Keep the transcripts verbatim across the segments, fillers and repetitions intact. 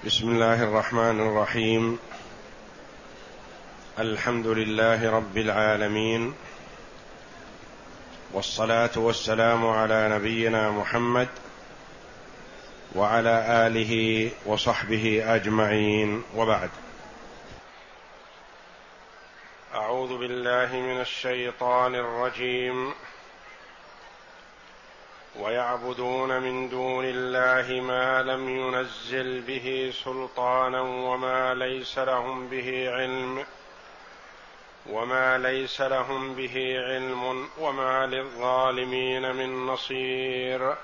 بسم الله الرحمن الرحيم. الحمد لله رب العالمين، والصلاة والسلام على نبينا محمد وعلى آله وصحبه أجمعين، وبعد. أعوذ بالله من الشيطان الرجيم. ويعبدون من دون الله ما لم ينزل به سلطانا وما ليس لهم به علم وما ليس لهم به علم وما للظالمين من نصير.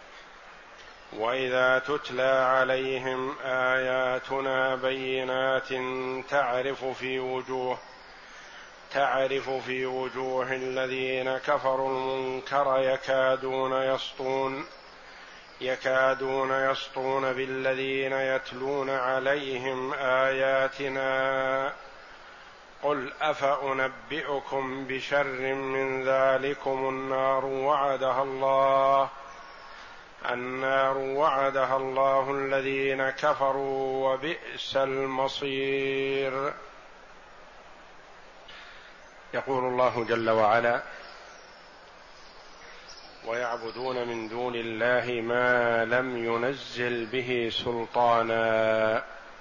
وإذا تتلى عليهم آياتنا بينات تعرف في وجوه تعرف في وجوه الذين كفروا المنكر يكادون يسطون يكادون يسطون بالذين يتلون عليهم آياتنا. قل أفأنبئكم بشر من ذلكم النار وعدها الله النار وعدها الله الذين كفروا وبئس المصير. يقول الله جل وعلا: ويعبدون من دون الله ما لم ينزل به سلطانا.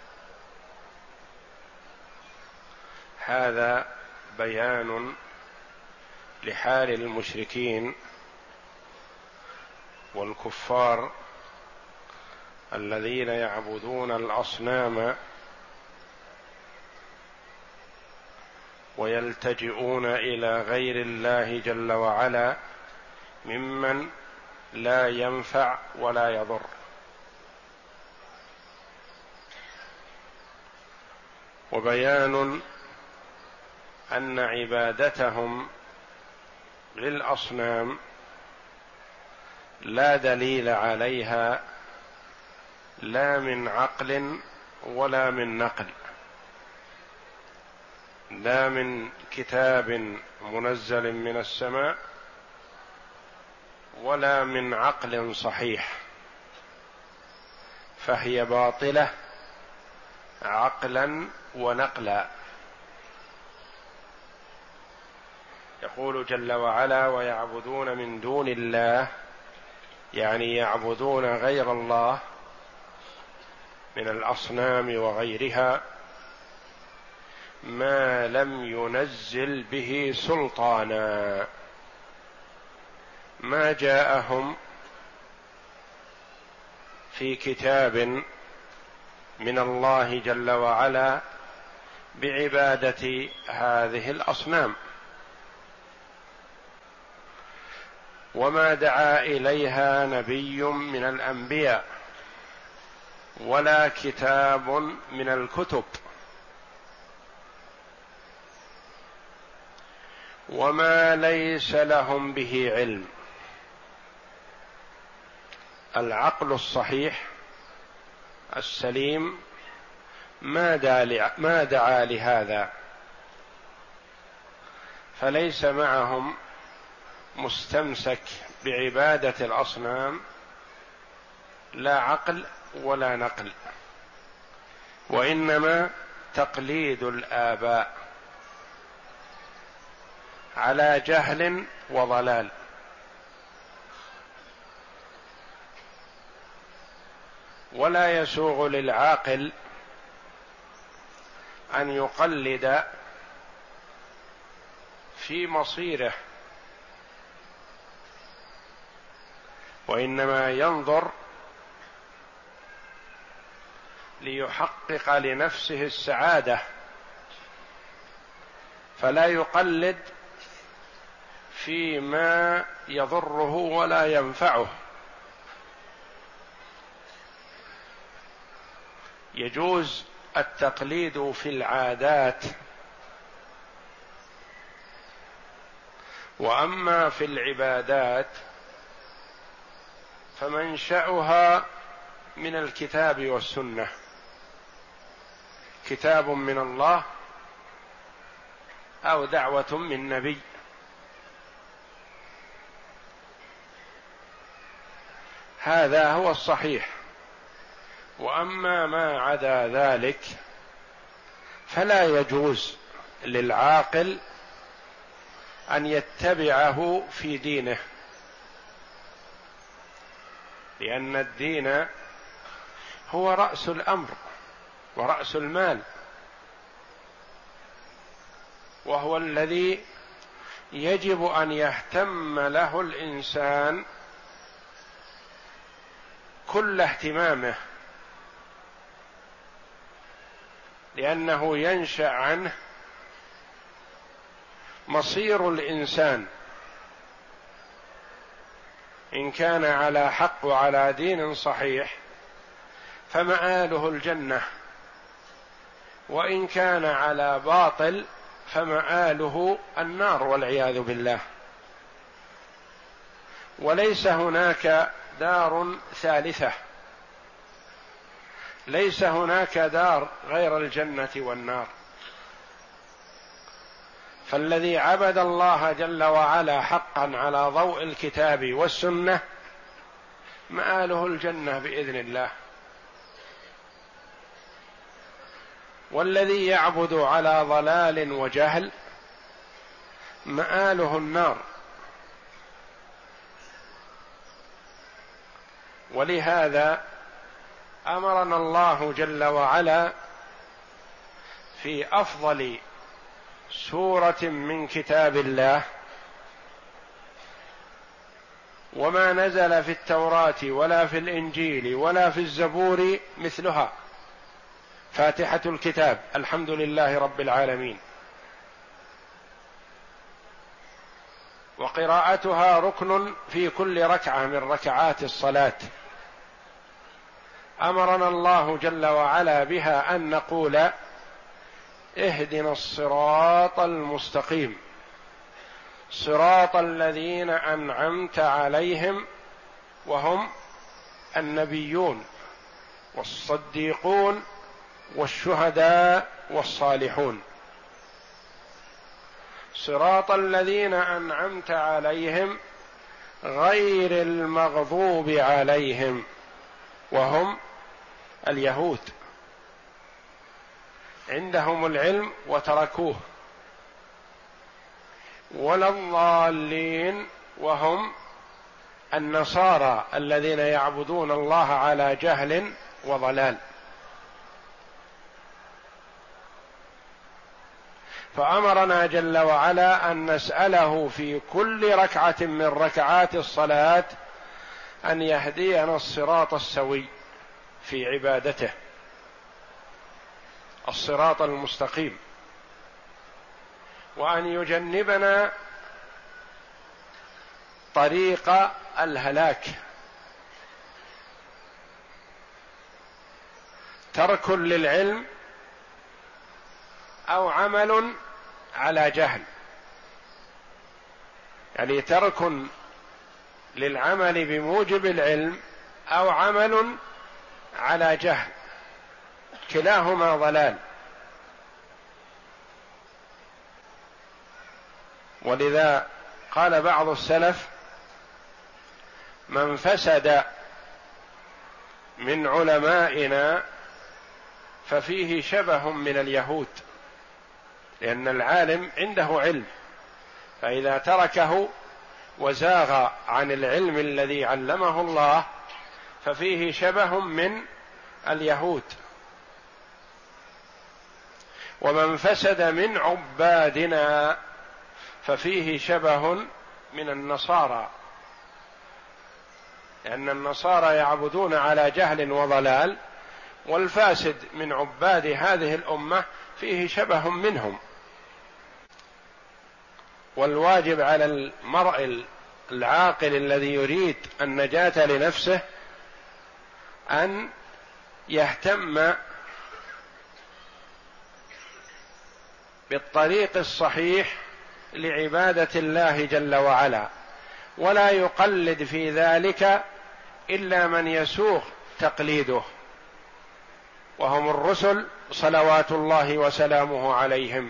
هذا بيان لحال المشركين والكفار الذين يعبدون الأصنام ويلتجئون إلى غير الله جل وعلا ممن لا ينفع ولا يضر. وبيان أن عبادتهم للأصنام لا دليل عليها لا من عقل ولا من نقل، لا من كتاب منزل من السماء ولا من عقل صحيح، فهي باطلة عقلا ونقلا. يقول جل وعلا: ويعبدون من دون الله، يعني يعبدون غير الله من الأصنام وغيرها ما لم ينزل به سلطانا، ما جاءهم في كتاب من الله جل وعلا بعبادة هذه الأصنام، وما دعا إليها نبي من الأنبياء ولا كتاب من الكتب، وما ليس لهم به علم. العقل الصحيح السليم ما دعا لهذا، فليس معهم مستمسك بعبادة الأصنام لا عقل ولا نقل، وإنما تقليد الآباء على جهل وضلال. ولا يسوغ للعاقل أن يقلد في مصيره، وإنما ينظر ليحقق لنفسه السعادة، فلا يقلد فيما يضره ولا ينفعه. يجوز التقليد في العادات، وأما في العبادات فمنشأها من الكتاب والسنة، كتاب من الله أو دعوة من نبي. هذا هو الصحيح. واما ما عدا ذلك فلا يجوز للعاقل ان يتبعه في دينه، لان الدين هو راس الامر وراس المال، وهو الذي يجب ان يهتم له الانسان كل اهتمامه، لأنه ينشأ عنه مصير الإنسان إن كان على حق وعلى دين صحيح فمآله الجنة، وإن كان على باطل فمآله النار والعياذ بالله. وليس هناك دار ثالثة، ليس هناك دار غير الجنة والنار. فالذي عبد الله جل وعلا حقا على ضوء الكتاب والسنة مآله الجنة بإذن الله، والذي يعبد على ضلال وجهل مآله النار. ولهذا أمرنا الله جل وعلا في أفضل سورة من كتاب الله، وما نزل في التوراة ولا في الإنجيل ولا في الزبور مثلها، فاتحة الكتاب، الحمد لله رب العالمين، وقراءتها ركن في كل ركعة من ركعات الصلاة. أمرنا الله جل وعلا بها أن نقول: اهدنا الصراط المستقيم صراط الذين أنعمت عليهم، وهم النبيون والصديقون والشهداء والصالحون. صراط الذين أنعمت عليهم غير المغضوب عليهم، وهم اليهود، عندهم العلم وتركوه، ولا الضالين، وهم النصارى الذين يعبدون الله على جهل وضلال. فأمرنا جل وعلا أن نسأله في كل ركعة من ركعات الصلاة أن يهدينا الصراط السوي في عبادته، الصراط المستقيم، وأن يجنبنا طريق الهلاك، ترك للعلم أو عمل على جهل، يعني ترك للعمل بموجب العلم أو عمل على جهل، كلاهما ضلال. ولذا قال بعض السلف: من فسد من علمائنا ففيه شبه من اليهود، لأن العالم عنده علم، فإذا تركه وزاغ عن العلم الذي علمه الله ففيه شبه من اليهود. ومن فسد من عبادنا ففيه شبه من النصارى، لأن النصارى يعبدون على جهل وضلال، والفاسد من عباد هذه الأمة فيه شبه منهم. والواجب على المرء العاقل الذي يريد النجاة لنفسه أن يهتم بالطريق الصحيح لعبادة الله جل وعلا، ولا يقلد في ذلك إلا من يسوغ تقليده، وهم الرسل صلوات الله وسلامه عليهم.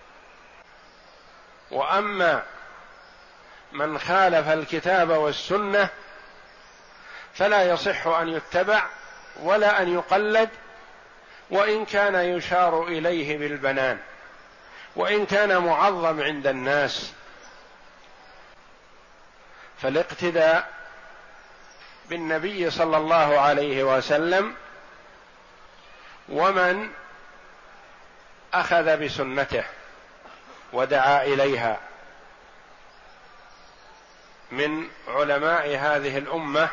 وأما من خالف الكتاب والسنة فلا يصح أن يتبع ولا أن يقلد، وإن كان يشار إليه بالبنان، وإن كان معظم عند الناس. فالاقتداء بالنبي صلى الله عليه وسلم ومن أخذ بسنته ودعا إليها من علماء هذه الأمة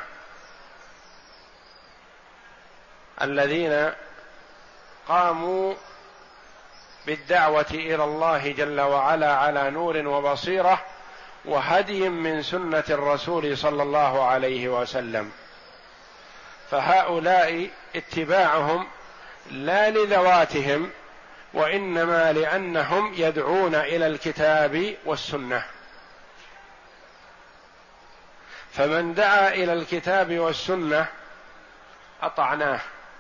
الذين قاموا بالدعوة إلى الله جل وعلا على نور وبصيرة وهدي من سنة الرسول صلى الله عليه وسلم. فهؤلاء اتباعهم لا لذواتهم، وإنما لأنهم يدعون إلى الكتاب والسنة. فمن دعا إلى الكتاب والسنة أطعناه،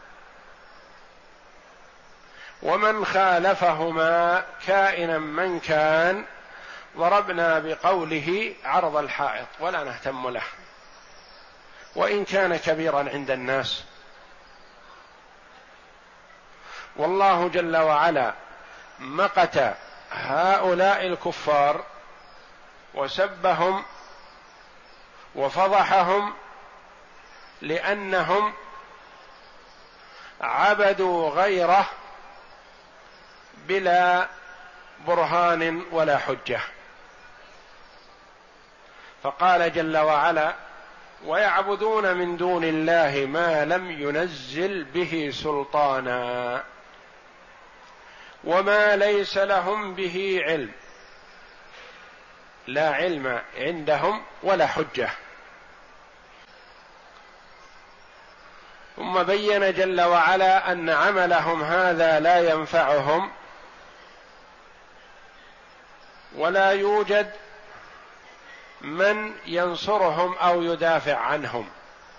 ومن خالفهما كائنا من كان ضربنا بقوله عرض الحائط ولا نهتم له، وإن كان كبيرا عند الناس. والله جل وعلا مقت هؤلاء الكفار وسبهم وفضحهم لأنهم عبدوا غيره بلا برهان ولا حجة. فقال جل وعلا: ويعبدون من دون الله ما لم ينزل به سلطانا وما ليس لهم به علم. لا علم عندهم ولا حجة. ثم بين جل وعلا أن عملهم هذا لا ينفعهم ولا يوجد من ينصرهم أو يدافع عنهم.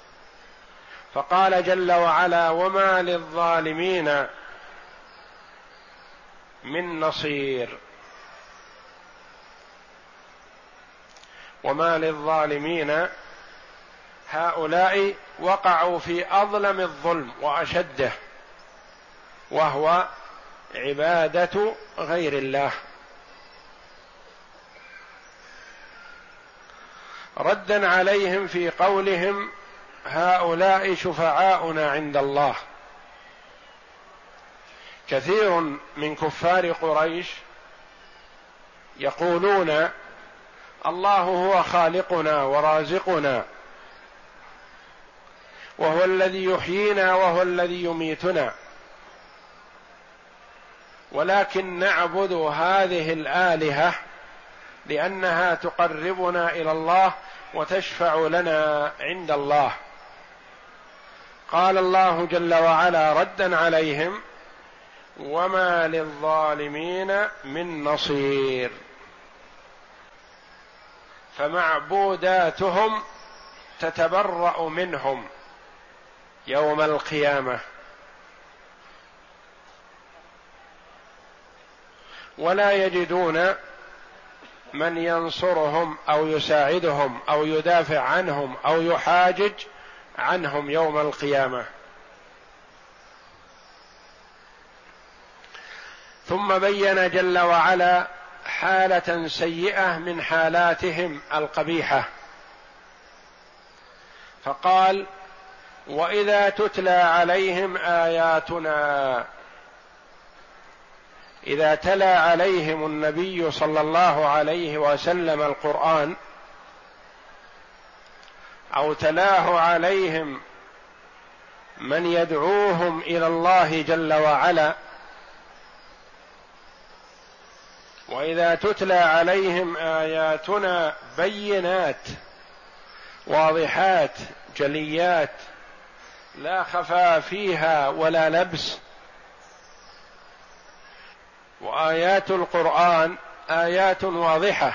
فقال جل وعلا: وما للظالمين من نصير. وما للظالمين، هؤلاء وقعوا في أظلم الظلم وأشده، وهو عبادة غير الله. ردا عليهم في قولهم: هؤلاء شفعاؤنا عند الله. كثير من كفار قريش يقولون: الله هو خالقنا ورازقنا، وهو الذي يحيينا وهو الذي يميتنا، ولكن نعبد هذه الآلهة لأنها تقربنا إلى الله وتشفع لنا عند الله. قال الله جل وعلا ردا عليهم: وما للظالمين من نصير. فمعبوداتهم تتبرأ منهم يوم القيامة، ولا يجدون من ينصرهم أو يساعدهم أو يدافع عنهم أو يحاجج عنهم يوم القيامة. ثم بين جل وعلا حالة سيئة من حالاتهم القبيحة، فقال: وإذا تتلى عليهم آياتنا. إذا تلا عليهم النبي صلى الله عليه وسلم القرآن أو تلاه عليهم من يدعوهم إلى الله جل وعلا، وإذا تتلى عليهم آياتنا بينات واضحات جليات لا خفاء فيها ولا لبس. وآيات القرآن آيات واضحة،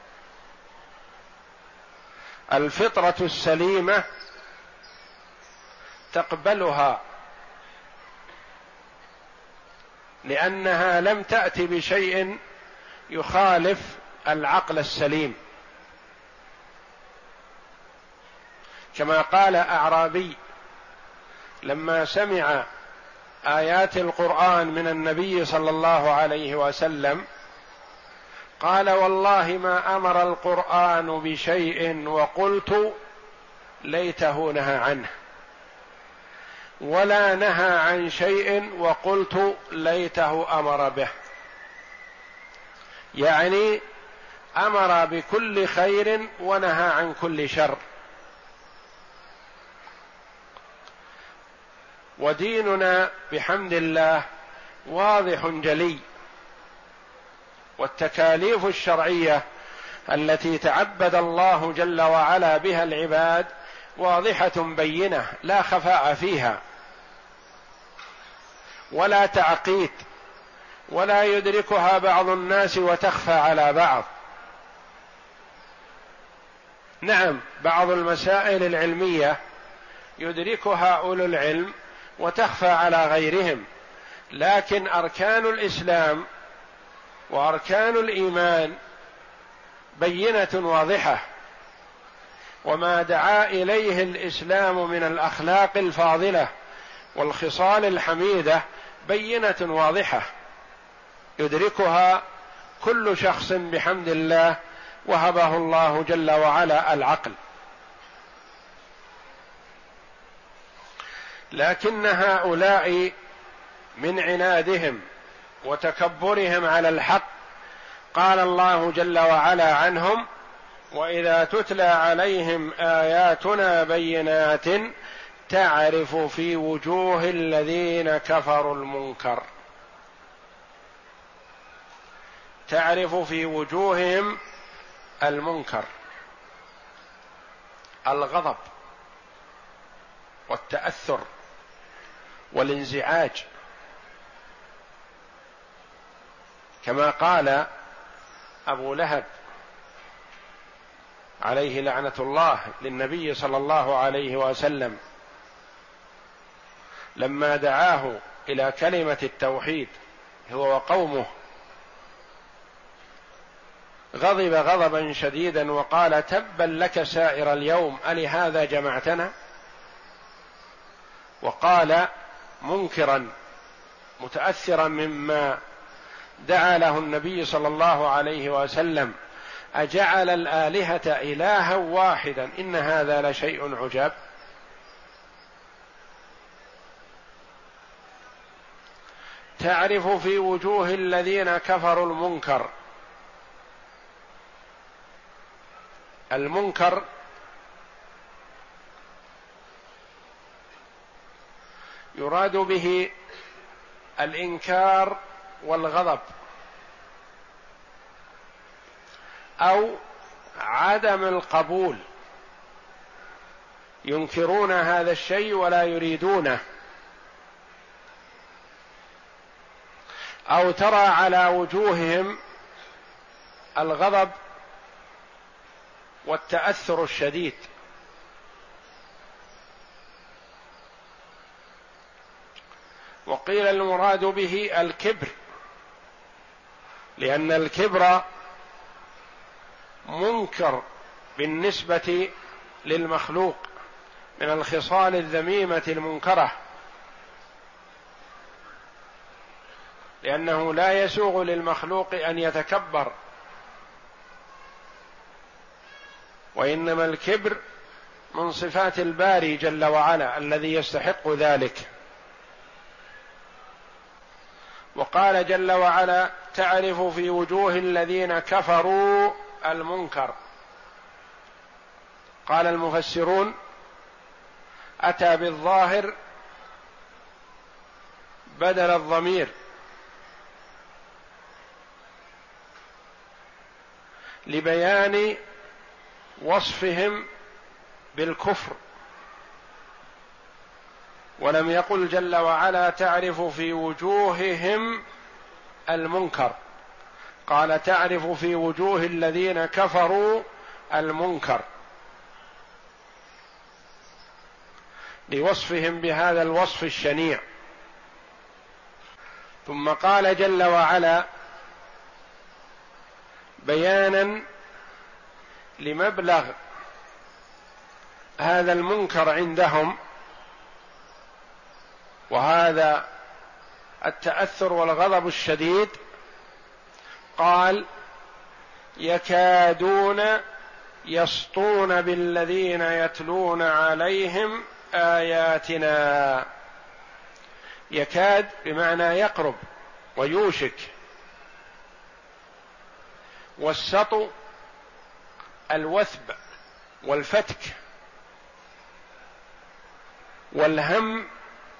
الفطرة السليمة تقبلها، لأنها لم تأتي بشيء يخالف العقل السليم. كما قال أعرابي لما سمع آيات القرآن من النبي صلى الله عليه وسلم قال: والله ما أمر القرآن بشيء وقلت ليته نهى عنه، ولا نهى عن شيء وقلت ليته أمر به. يعني أمر بكل خير ونهى عن كل شر. وديننا بحمد الله واضح جلي، والتكاليف الشرعية التي تعبد الله جل وعلا بها العباد واضحة بينة لا خفاء فيها ولا تعقيد، ولا يدركها بعض الناس وتخفى على بعض. نعم، بعض المسائل العلمية يدركها أولو العلم وتخفى على غيرهم، لكن أركان الإسلام وأركان الإيمان بينة واضحة، وما دعا إليه الإسلام من الأخلاق الفاضلة والخصال الحميدة بينة واضحة يدركها كل شخص بحمد الله وهبه الله جل وعلا العقل. لكن هؤلاء من عنادهم وتكبرهم على الحق قال الله جل وعلا عنهم: وإذا تتلى عليهم آياتنا بينات تعرف في وجوه الذين كفروا المنكر. تعرف في وجوههم المنكر، الغضب والتأثر والانزعاج، كما قال أبو لهب عليه لعنة الله للنبي صلى الله عليه وسلم لما دعاه إلى كلمة التوحيد هو وقومه، غضب غضبا شديدا وقال: تبا لك سائر اليوم ألهذا جمعتنا؟ وقال منكرا متأثرا مما دعا له النبي صلى الله عليه وسلم: أجعل الآلهة إلها واحدا إن هذا لشيء عجاب. تعرف في وجوه الذين كفروا المنكر. المنكر يراد به الإنكار والغضب أو عدم القبول، ينكرون هذا الشيء ولا يريدونه، أو ترى على وجوههم الغضب والتأثر الشديد. وقيل المراد به الكبر، لأن الكبر منكر بالنسبة للمخلوق من الخصال الذميمة المنكرة، لأنه لا يسوغ للمخلوق أن يتكبر، وإنما الكبر من صفات الباري جل وعلا الذي يستحق ذلك. وقال جل وعلا: تعرف في وجوه الذين كفروا المنكر. قال المفسرون: أتى بالظاهر بدل الضمير لبيان وصفهم بالكفر، ولم يقل جل وعلا: تعرف في وجوههم المنكر، قال: تعرف في وجوه الذين كفروا المنكر، لوصفهم بهذا الوصف الشنيع. ثم قال جل وعلا بيانا لمبلغ هذا المنكر عندهم: وهذا التأثر والغضب الشديد، قال يكادون يسطون بالذين يتلون عليهم آياتنا. يكاد بمعنى يقرب ويوشك، والسطو الوثب والفتك، والهم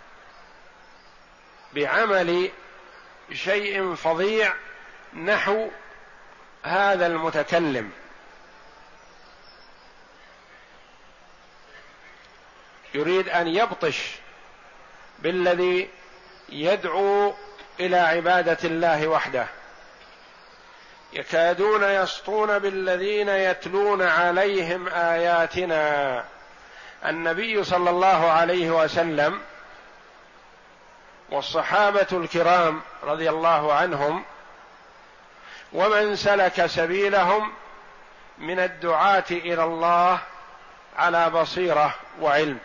بعمل شيء فظيع نحو هذا المتكلم. يريد أن يبطش بالذي يدعو إلى عبادة الله وحده. يكادون يسطون بالذين يتلون عليهم آياتنا. النبي صلى الله عليه وسلم والصحابة الكرام رضي الله عنهم ومن سلك سبيلهم من الدعاة إلى الله على بصيرة وعلم،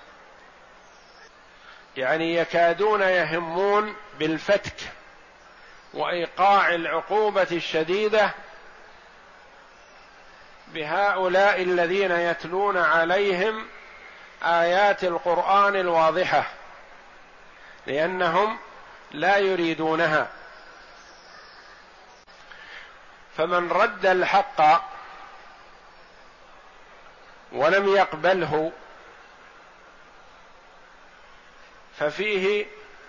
يعني يكادون يهمون بالفتك وإيقاع العقوبة الشديدة بهؤلاء الذين يتلون عليهم آيات القرآن الواضحة، لأنهم لا يريدونها. فمن رد الحق ولم يقبله ففيه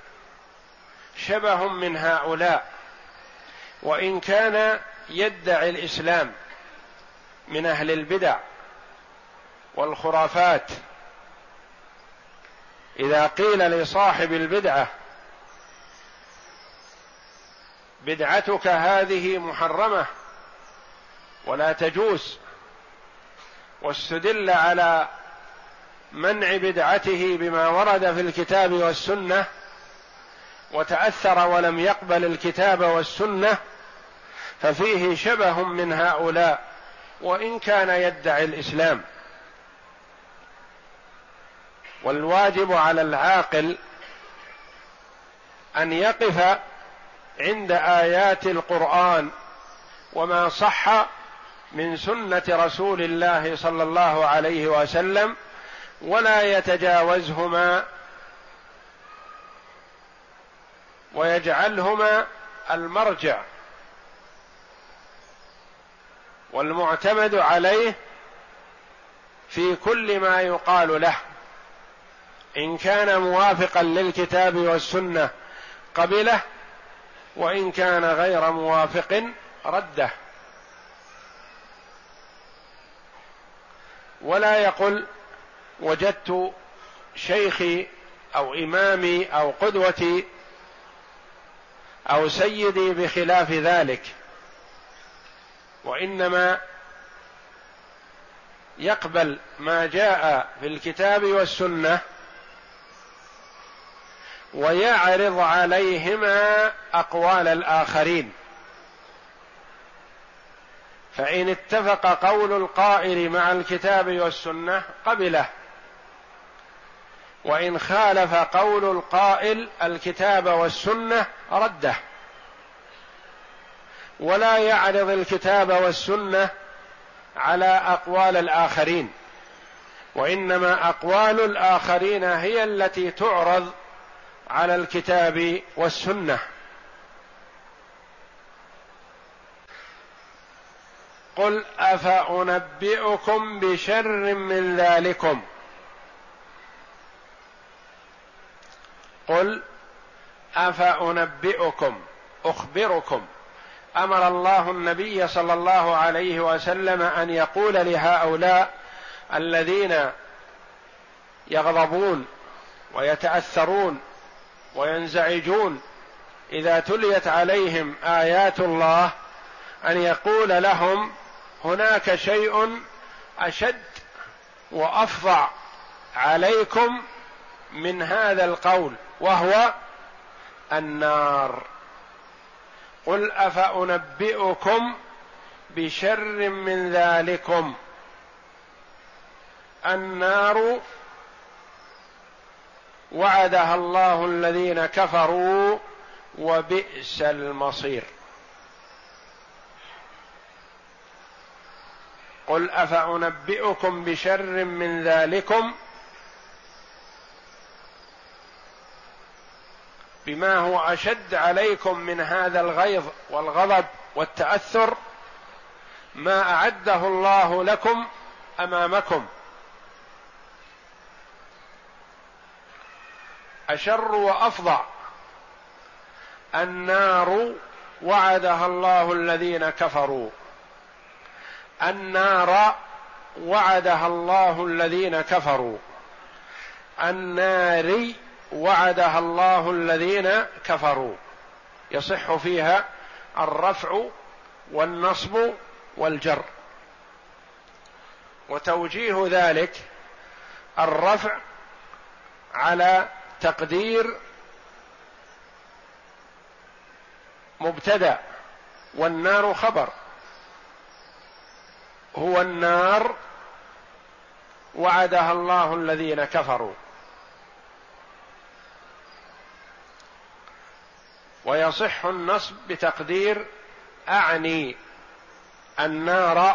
شبه من هؤلاء، وإن كان يدعي الإسلام من أهل البدع والخرافات. إذا قيل لصاحب البدعة بدعتك هذه محرمة ولا تجوز، واستدل على منع بدعته بما ورد في الكتاب والسنة، وتأثر ولم يقبل الكتاب والسنة، ففيه شبه من هؤلاء وإن كان يدعي الإسلام. والواجب على العاقل أن يقف عند آيات القرآن وما صح من سنة رسول الله صلى الله عليه وسلم، ولا يتجاوزهما ويجعلهما المرجع والمعتمد عليه في كل ما يقال له. إن كان موافقا للكتاب والسنة قبله، وإن كان غير موافق رده. ولا يقل وجدت شيخي أو إمامي أو قدوتي أو سيدي بخلاف ذلك، وإنما يقبل ما جاء في الكتاب والسنة ويعرض عليهما أقوال الآخرين، فإن اتفق قول القائل مع الكتاب والسنة قبله، وإن خالف قول القائل الكتاب والسنة رده. ولا يعرض الكتاب والسنة على أقوال الآخرين، وإنما أقوال الآخرين هي التي تعرض على الكتاب والسنة. قل أفأنبئكم بشر من ذلكم. قل أفأنبئكم، أخبركم. أمر الله النبي صلى الله عليه وسلم أن يقول لهؤلاء الذين يغضبون ويتأثرون وينزعجون إذا تليت عليهم آيات الله، أن يقول لهم هناك شيء أشد وأفظع عليكم من هذا القول، وهو النار. قل أفأنبئكم بشر من ذلكم. النار وعدها الله الذين كفروا وبئس المصير. قل أفأنبئكم بشر من ذلكم بما هو أشد عليكم من هذا الغيظ والغضب والتأثر، ما أعده الله لكم أمامكم. أشر وأفظع النار وعدها الله الذين كفروا، النار وعدها الله الذين كفروا، النار وعدها الله الذين كفروا، يصح فيها الرفع والنصب والجر. وتوجيه ذلك الرفع على تقدير مبتدأ والنار خبر، هو النار وعدها الله الذين كفروا. ويصح النصب بتقدير أعني النار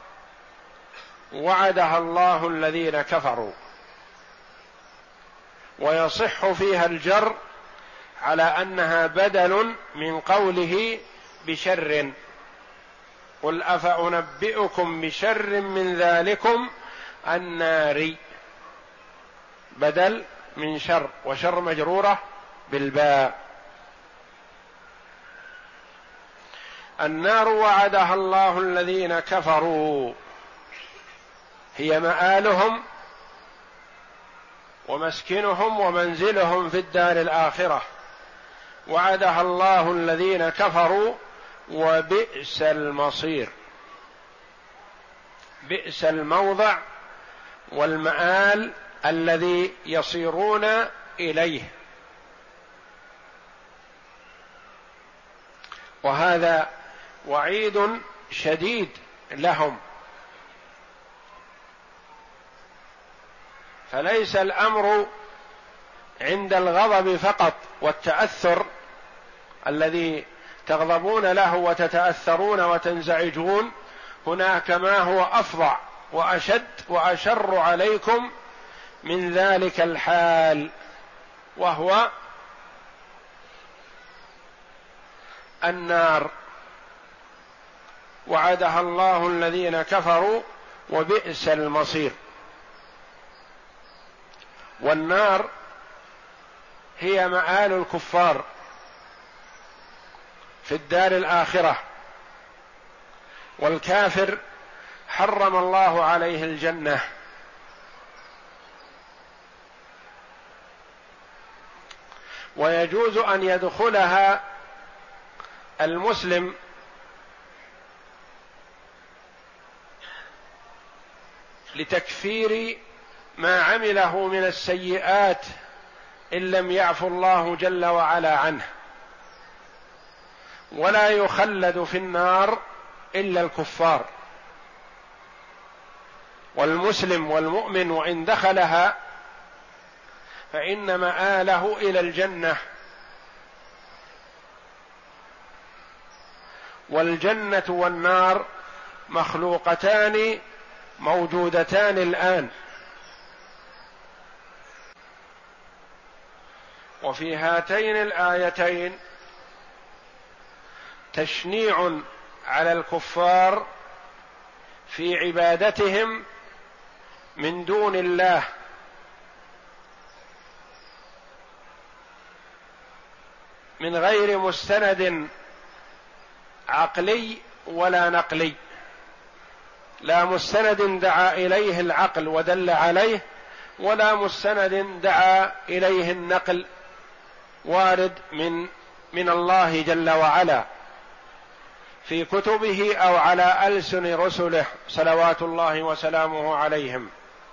وعدها الله الذين كفروا، ويصح فيها الجر على أنها بدل من قوله بشر. قل أفأنبئكم بشر من ذلكم النار، بدل من شر، وشر مجرورة بالباء. النار وعدها الله الذين كفروا هي مآلهم ومسكنهم ومنزلهم في الدار الآخرة، وعدها الله الذين كفروا وبئس المصير، بئس الموضع والمآل الذي يصيرون إليه. وهذا وعيد شديد لهم. فليس الأمر عند الغضب فقط والتأثر الذي تغضبون له وتتأثرون وتنزعجون، هناك ما هو أفظع وأشد وأشر عليكم من ذلك الحال، وهو النار وعدها الله الذين كفروا وبئس المصير. والنار هي مآل الكفار في الدار الآخرة، والكافر حرم الله عليه الجنة. ويجوز أن يدخلها المسلم لتكفير ما عمله من السيئات إن لم يعفو الله جل وعلا عنه، ولا يخلد في النار إلا الكفار. والمسلم والمؤمن وإن دخلها فإن مآله إلى الجنة. والجنة والنار مخلوقتان موجودتان الآن. وفي هاتين الآيتين تشنيع على الكفار في عبادتهم من دون الله، من غير مستند عقلي ولا نقلي، لا مستند دعا إليه العقل ودل عليه، ولا مستند دعا إليه النقل وارد من من الله جل وعلا في كتبه أو على ألسن رسله صلوات الله وسلامه عليهم.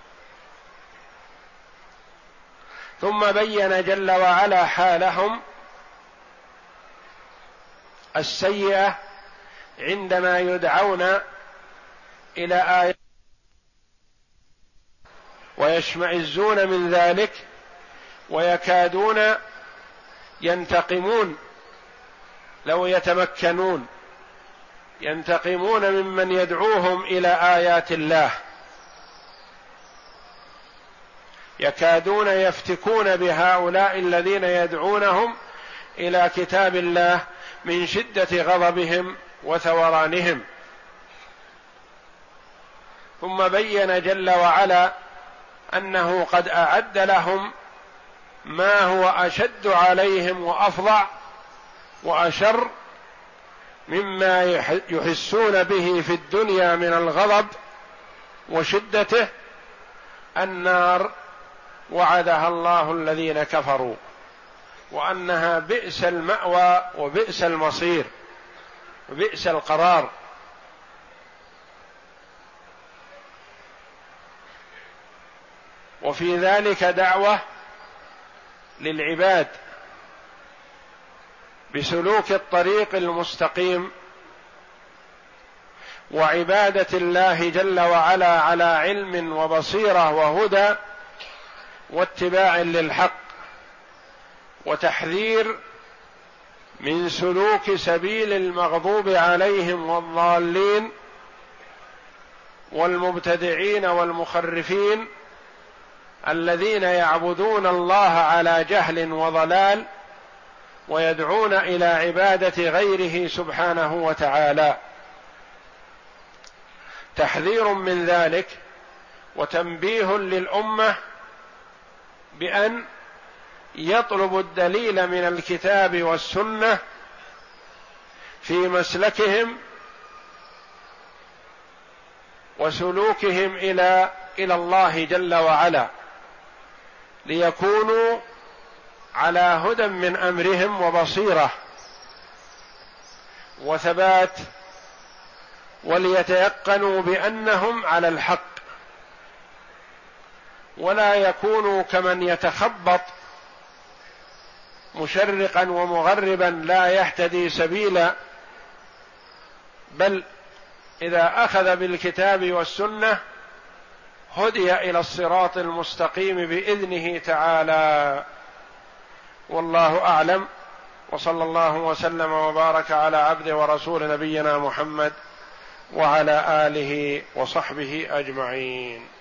ثم بين جل وعلا حالهم السيئة عندما يدعون إلى آية ويشمئزون من ذلك ويكادون ينتقمون لو يتمكنون، ينتقمون ممن يدعوهم إلى آيات الله، يكادون يفتكون بهؤلاء الذين يدعونهم إلى كتاب الله من شدة غضبهم وثورانهم. ثم بين جل وعلا أنه قد أعد لهم ما هو أشد عليهم وأفظع وأشر مما يحسون به في الدنيا من الغضب وشدته، النار وعدها الله الذين كفروا، وأنها بئس المأوى وبئس المصير وبئس القرار. وفي ذلك دعوة للعباد بسلوك الطريق المستقيم وعبادة الله جل وعلا على علم وبصيرة وهدى واتباع للحق، وتحذير من سلوك سبيل المغضوب عليهم والضالين والمبتدعين والمخرفين الذين يعبدون الله على جهل وضلال ويدعون إلى عبادة غيره سبحانه وتعالى. تحذير من ذلك وتنبيه للأمة بأن يطلبوا الدليل من الكتاب والسنة في مسلكهم وسلوكهم إلى إلى الله جل وعلا، ليكونوا على هدى من أمرهم وبصيرة وثبات، وليتيقنوا بأنهم على الحق، ولا يكونوا كمن يتخبط مشرقا ومغربا لا يهتدي سبيلا، بل إذا أخذ بالكتاب والسنة هدي إلى الصراط المستقيم بإذنه تعالى. والله أعلم، وصلى الله وسلم وبارك على عبده ورسول نبينا محمد وعلى آله وصحبه أجمعين.